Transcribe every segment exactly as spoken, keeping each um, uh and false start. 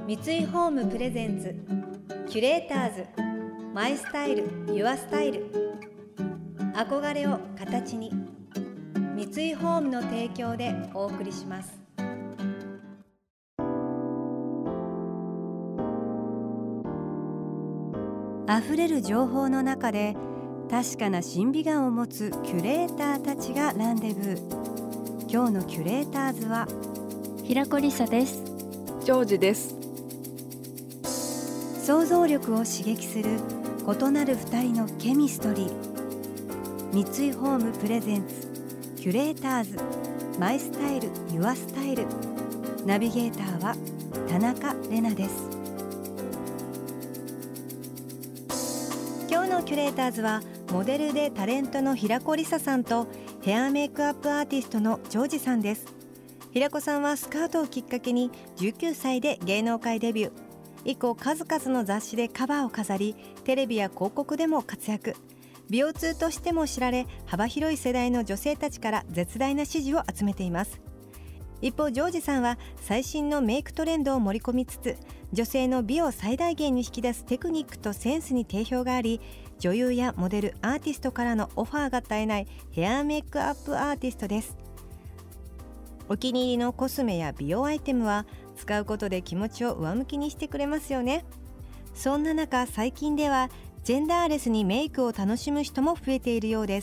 三井ホームプレゼンツキュレーターズマイスタイルユアスタイル、憧れを形に、三井ホームの提供でお送りします。あふれる情報の中で確かな審美眼を持つキュレーターたちがランデブー。今日のキュレーターズは平子理沙です。 ジョージです。 想像力を刺激する異なる二人のケミストリー。三井ホームプレゼンツキュレーターズマイスタイルユアスタイル、ナビゲーターは田中れなです。今日のキュレーターズはモデルでタレントの平子理沙さんとヘアメイクアップアーティストのジョージさんです。平子さんはスカートをきっかけにじゅうきゅうさいで芸能界デビュー。以降数々の雑誌でカバーを飾り、テレビや広告でも活躍。美容通としても知られ、幅広い世代の女性たちから絶大な支持を集めています。一方ジョージさんは最新のメイクトレンドを盛り込みつつ、女性の美を最大限に引き出すテクニックとセンスに定評があり、女優やモデル、アーティストからのオファーが絶えないヘアメイクアップアーティストです。お気に入りのコスメや美容アイテムは使うことで気持ちを上向きにしてくれますよね。そんな中、最近ではジェンダーレスにメイクを楽しむ人も増えているようです。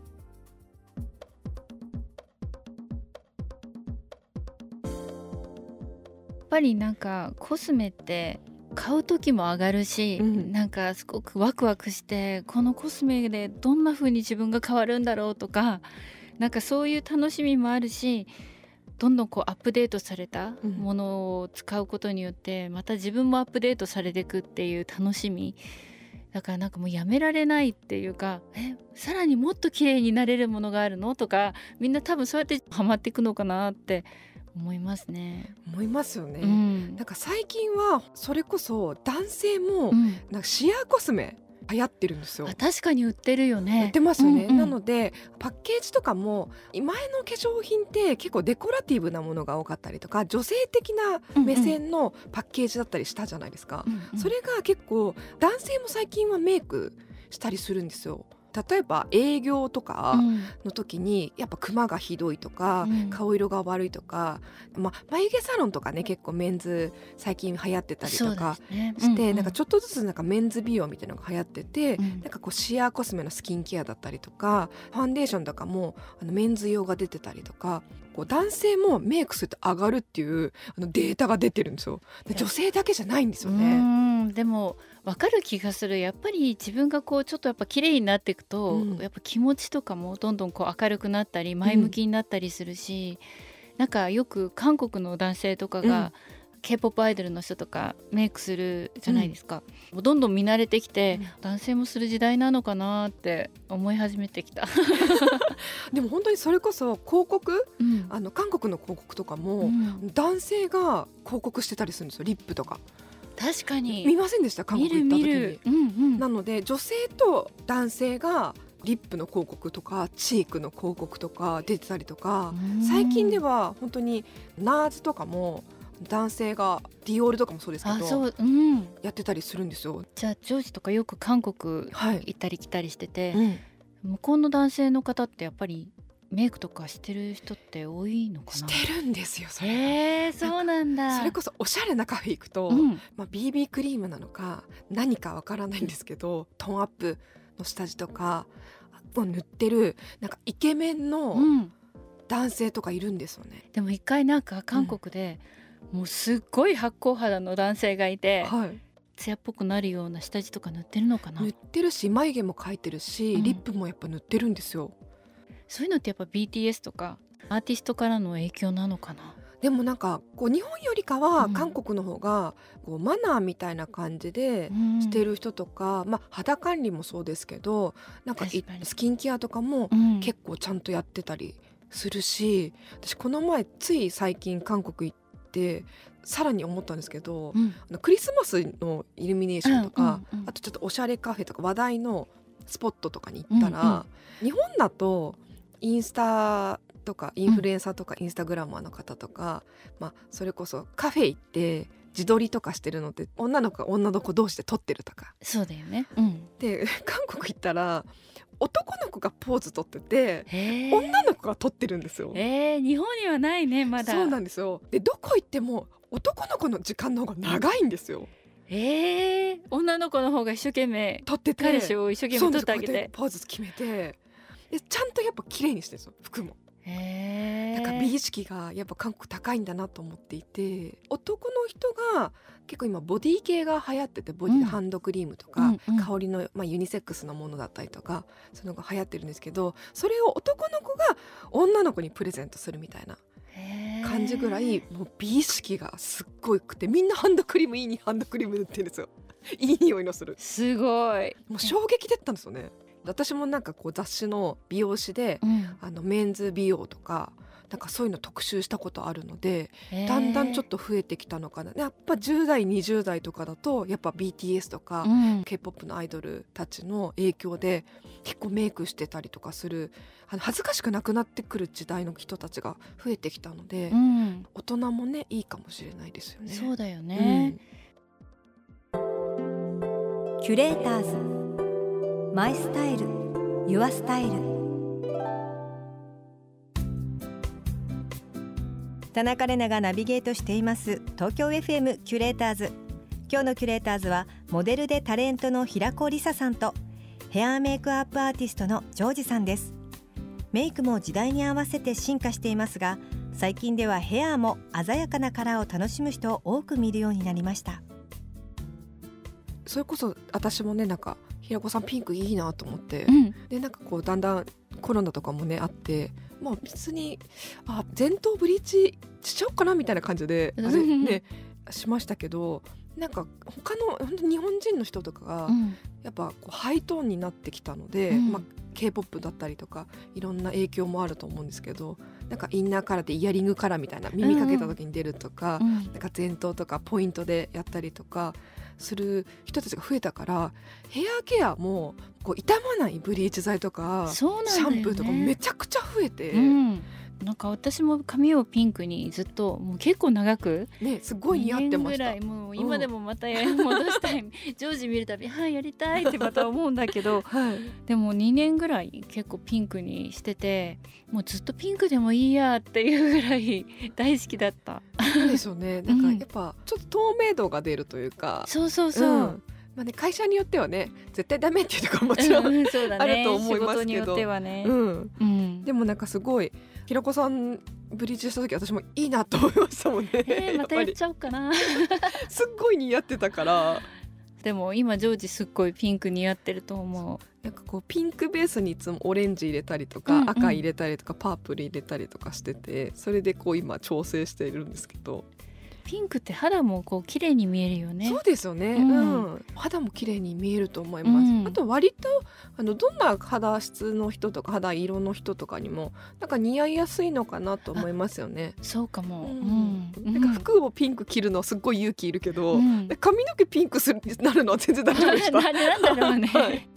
やっぱりなんかコスメって買う時も上がるし、うん、なんかすごくワクワクして、このコスメでどんな風に自分が変わるんだろうとか、なんかそういう楽しみもあるし、どんどんこうアップデートされたものを使うことによって、また自分もアップデートされていくっていう楽しみだから、なんかもうやめられないっていうか、えさらにもっと綺麗になれるものがあるのとか、みんな多分そうやってハマっていくのかなって思いますね。 思いますよね、 うん、 なんか最近はそれこそ男性もなんかシアーコスメ流行ってるんですよ。 あ、確かに売ってるよね。 売ってますよね、 うんうん、 なのでパッケージとかも前の化粧品って結構デコラティブなものが多かったりとか、女性的な目線のパッケージだったりしたじゃないですか、うんうん、それが結構男性も最近はメイクしたりするんですよ。例えば営業とかの時にやっぱクマがひどいとか、うん、顔色が悪いとか、まあ、眉毛サロンとかね結構メンズ最近流行ってたりとかして、ねうんうん、なんかちょっとずつなんかメンズ美容みたいなのが流行ってて、うん、なんかこうシアーコスメのスキンケアだったりとか、ファンデーションとかもあのメンズ用が出てたりとか、こう男性もメイクすると上がるっていうあのデータが出てるんですよ。で女性だけじゃないんですよね。 うん、でも分かる気がする。やっぱり自分がこうちょっとやっぱ綺麗になっていくと、うん、やっぱ気持ちとかもどんどんこう明るくなったり前向きになったりするし、うん、なんかよく韓国の男性とかが、うん、K-ポップ アイドルの人とかメイクするじゃないですか、うん、もうどんどん見慣れてきて、うん、男性もする時代なのかなって思い始めてきたでも本当にそれこそ広告、うん、あの韓国の広告とかも、うん、男性が広告してたりするんですよ。リップとか確かに見ませんでした？韓国行った時に。 見る見る、うんうん、 なので女性と男性がリップの広告とかチークの広告とか出てたりとか、最近では本当にナーズとかも男性がディオールとかもそうですけど、そう、うん、やってたりするんですよ。 じゃあ上司とかよく韓国行ったり来たりしてて、はい、うん、向こうの男性の方ってやっぱりメイクとかしてる人って多いのかな？ してるんですよ。それ、 えー、そうなんだ。 それこそおしゃれなカフェ行くと、うん、まあ、ビービー クリームなのか何かわからないんですけど、トーンアップの下地とかを塗ってるなんかイケメンの男性とかいるんですよね、 うん、でも一回なんか韓国で、うん、もうすっごい発光肌の男性がいて、はい、艶っぽくなるような下地とか塗ってるのかな？ 塗ってるし眉毛も描いてるし、うん、リップもやっぱ塗ってるんですよ。 そういうのってやっぱ ビーティーエス とかアーティストからの影響なのかな？ でもなんかこう日本よりかは韓国の方がこうマナーみたいな感じでしてる人とか、うん、まあ、肌管理もそうですけど、なんかスキンケアとかも結構ちゃんとやってたりするし、うん、私この前つい最近韓国行ってさらに思ったんですけど、うん、あのクリスマスのイルミネーションとか、うんうんうん、あとちょっとおしゃれカフェとか話題のスポットとかに行ったら、うんうん、日本だとインスタとかインフルエンサーとかインスタグラマーの方とか、うん、まあ、それこそカフェ行って自撮りとかしてるのって女の子が女の子同士で撮ってるとか。 そうだよね、うん、 で韓国行ったら男の子がポーズ撮ってて女の子が撮ってるんですよ。 えー、日本にはないねまだ。 そうなんですよ。でどこ行っても男の子の時間の方が長いんですよ。 えー、女の子の方が一生懸命撮ってて彼氏を一生懸命撮ってあげてポーズ決めてでちゃんとやっぱ綺麗にしてるんですよ服も。 へー、 だから美意識がやっぱ韓国高いんだなと思っていて、男の人が結構今ボディ系が流行ってて、ボディでハンドクリームとか、 うんうん、 香りの、まあ、ユニセックスのものだったりとかそういうのが流行ってるんですけど、それを男の子が女の子にプレゼントするみたいな感じぐらいもう美意識がすっごいくて、みんなハンドクリームいいにハンドクリーム塗ってるんですよ。いい匂いのする。 すごいもう衝撃だったんですよね。私もなんかこう雑誌の美容誌で、うん、あのメンズ美容とかなんかそういうの特集したことあるので、だんだんちょっと増えてきたのかな。やっぱじゅう代にじゅう代とかだとやっぱ ビーティーエス とか、うん、K-ポップ のアイドルたちの影響で結構メイクしてたりとかする、あの恥ずかしくなくなってくる時代の人たちが増えてきたので、うん、大人もねいいかもしれないですよね。 そうだよね、 うん、キュレーターズマイスタイルユアスタイル。田中れながナビゲートしています東京 エフエム キュレーターズ。今日のキュレーターズはモデルでタレントの平子理沙さんとヘアメイクアップアーティストのジョージさんです。メイクも時代に合わせて進化していますが、最近ではヘアも鮮やかなカラーを楽しむ人を多く見るようになりました。 それこそ私もねなんか平子さんピンクいいなと思って、 うん、 でなんかこうだんだんコロナとかもねあって、まあ別にあ前頭ブリーチしちゃおうかなみたいな感じであれねしましたけど、なんか他の本当に日本人の人とかがやっぱこうハイトーンになってきたので、うんまあ、K-ポップ だったりとかいろんな影響もあると思うんですけど、なんかインナーカラーでイヤリングカラーみたいな耳かけた時に出るとか、うんうん、なんか前頭とかポイントでやったりとかする人たちが増えたから、ヘアケアもこう傷まないブリーチ剤とか、 そうなんだよね、 シャンプーとかめちゃくちゃ増えて、 うん、なんか私も髪をピンクにずっともう結構長くねすごい似合ってました。 にねんぐらいもう今でもまた戻したい、うん、ジョージ見るたびはいやりたいってまた思うんだけど、はい、でもにねんぐらい結構ピンクにしてて、もうずっとピンクでもいいやっていうぐらい大好きだった。 そうですよね。なんかやっぱちょっと透明度が出るというか、 うん、そうそうそう、うんまあね、会社によってはね絶対ダメっていうところももちろん、うんうんそうだね、あると思いますけど、仕事によってはね、うんうん、でもなんかすごい平子さんブリーチした時私もいいなと思いましたもんね、えー、またやっちゃおうかなすっごい似合ってたから。 でも今ジョージすっごいピンク似合ってると思う。 なんかこうピンクベースにいつもオレンジ入れたりとか、うんうん、赤入れたりとかパープル入れたりとかしてて、それでこう今調整しているんですけど、 ピンクって肌もこう綺麗に見えるよね。 そうですよね、うんうん、肌も綺麗に見えると思います、うん、あと割とあのどんな肌質の人とか肌色の人とかにもなんか似合いやすいのかなと思いますよね。 そうかも、 うんうん、なんか服をピンク着るのすっごい勇気いるけど、うん、髪の毛ピンクするなるのは全然大丈夫でした。 なんだろうね、はい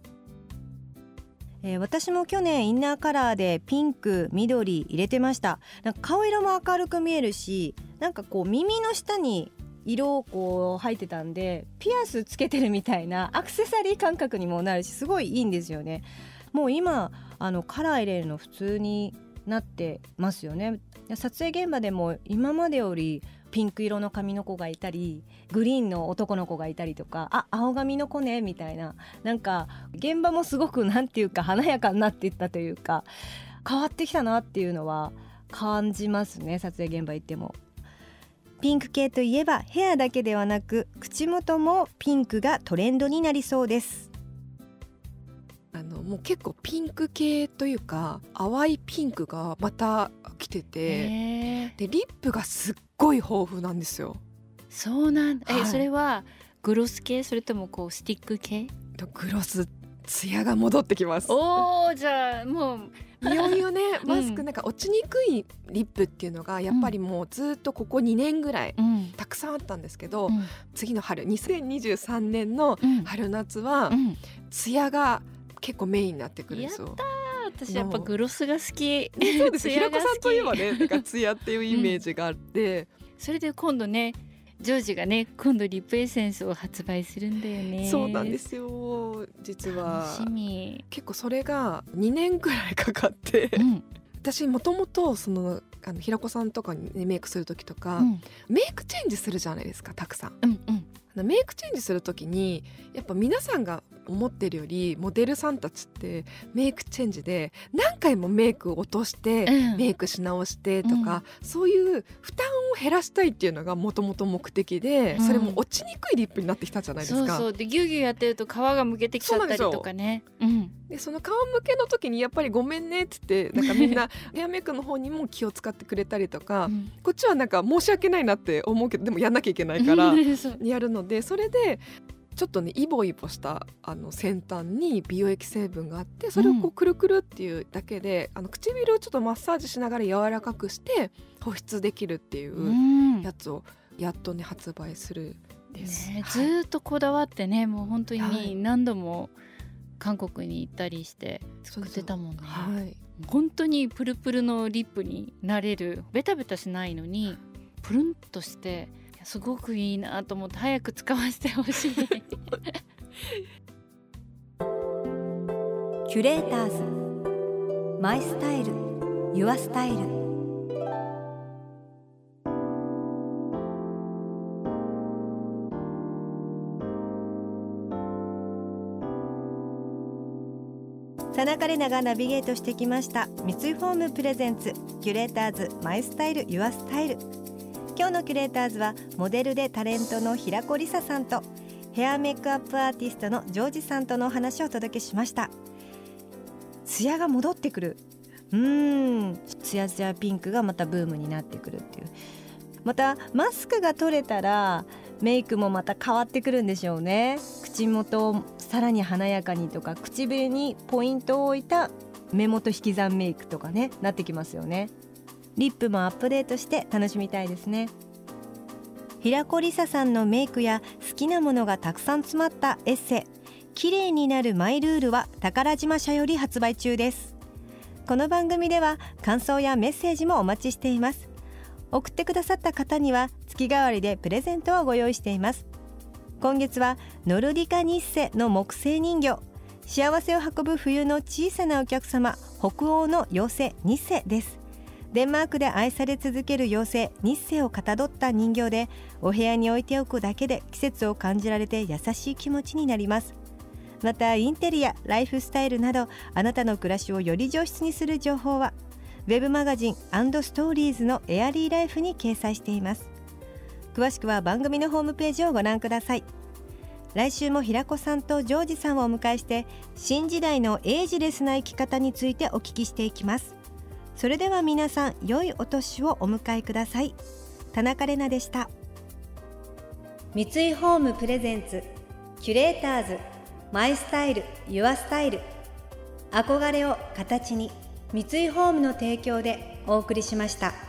えー、私も去年インナーカラーでピンク緑入れてました。なんか顔色も明るく見えるし、なんかこう耳の下に色をこう入ってたんでピアスつけてるみたいなアクセサリー感覚にもなるし、すごいいいんですよね。もう今あのカラー入れるの普通になってますよね。撮影現場でも今までよりピンク色の髪の子がいたりグリーンの男の子がいたりとか、あ青髪の子ねみたいな、なんか現場もすごくなんていうか華やかになっていったというか変わってきたなっていうのは感じますね。撮影現場行ってもピンク系といえばヘアだけではなく口元もピンクがトレンドになりそうです。 あのもう結構ピンク系というか淡いピンクがまた来てて、でリップがすっごい豊富なんですよ。 そうなんだ、はい、えそれはグロス系それともこうスティック系？ グロスツヤが戻ってきます。 おーじゃあもういよいよねマスクなんか落ちにくいリップっていうのがやっぱりもうずっとここにねんぐらいたくさんあったんですけど、うん、次の春にせんにじゅうさんねんの春夏はツヤが結構メインになってくるんですよ。 やったー、私やっぱグロスが好き。 そうです平子さんといえばねなんかツヤっていうイメージがあって、 うん、それで今度ねジョージがね今度リップエッセンスを発売するんだよね。 そうなんですよ。実は楽しみ。 結構それがにねんくらいかかって、うん、私もともとそのあの平子さんとかにメイクする時とか、うん、メイクチェンジするじゃないですか、たくさん、うんうん、メイクチェンジする時にやっぱ皆さんが思ってるよりモデルさんたちってメイクチェンジで何回もメイクを落として、うん、メイクし直してとか、うん、そういう負担を減らしたいっていうのがもともと目的で、うん、それも落ちにくいリップになってきたじゃないですか。 そうそうでギュギュやってると皮がむけてきちゃったりとかね。 そ, うん、でその皮むけの時にやっぱりごめんねって言ってなんかみんなヘアメイクの方にも気を使ってくれたりとか、うん、こっちはなんか申し訳ないなって思うけどでもやんなきゃいけないからやるので、それでちょっとねイボイボしたあの先端に美容液成分があって、それをこうくるくるっていうだけで、うん、あの唇をちょっとマッサージしながら柔らかくして保湿できるっていうやつをやっとね発売するんです、 ね、ずっとこだわってね、もう本当に何度も韓国に行ったりして作ってたもんね。 そうそう、はい、 本当にプルプルのリップになれる、ベタベタしないのにプルンとしてすごくいいなと思って早く使わせてほしいキュレーターズマイスタイルユアスタイル。田中玲奈がナビゲートしてきました三井フォームプレゼンツキュレーターズマイスタイルユアスタイル。今日のキュレーターズはモデルでタレントの平子理沙さんとヘアメイクアップアーティストのジョージさんとのお話をお届けしました。ツヤが戻ってくる、うーんツヤツヤピンクがまたブームになってくるっていう、またマスクが取れたらメイクもまた変わってくるんでしょうね。口元をさらに華やかにとか唇にポイントを置いた目元引き算メイクとかねなってきますよね。リップもアップデートして楽しみたいですね。平子理沙さんのメイクや好きなものがたくさん詰まったエッセイ綺麗になるマイルールは宝島社より発売中です。この番組では感想やメッセージもお待ちしています。送ってくださった方には月替わりでプレゼントをご用意しています。今月はノルディカニッセの木製人形、幸せを運ぶ冬の小さなお客様北欧の妖精ニッセです。デンマークで愛され続ける妖精ニッセをかたどった人形で、お部屋に置いておくだけで季節を感じられて優しい気持ちになります。またインテリア、ライフスタイルなどあなたの暮らしをより上質にする情報はウェブマガジン&ストーリーズのエアリーライフに掲載しています。詳しくは番組のホームページをご覧ください。来週も平子さんとジョージさんをお迎えして新時代のエイジレスな生き方についてお聞きしていきます。それでは皆さん良いお年をお迎えください。田中玲奈でした。三井ホームプレゼンツキュレーターズマイスタイルユアスタイル、憧れを形に三井ホームの提供でお送りしました。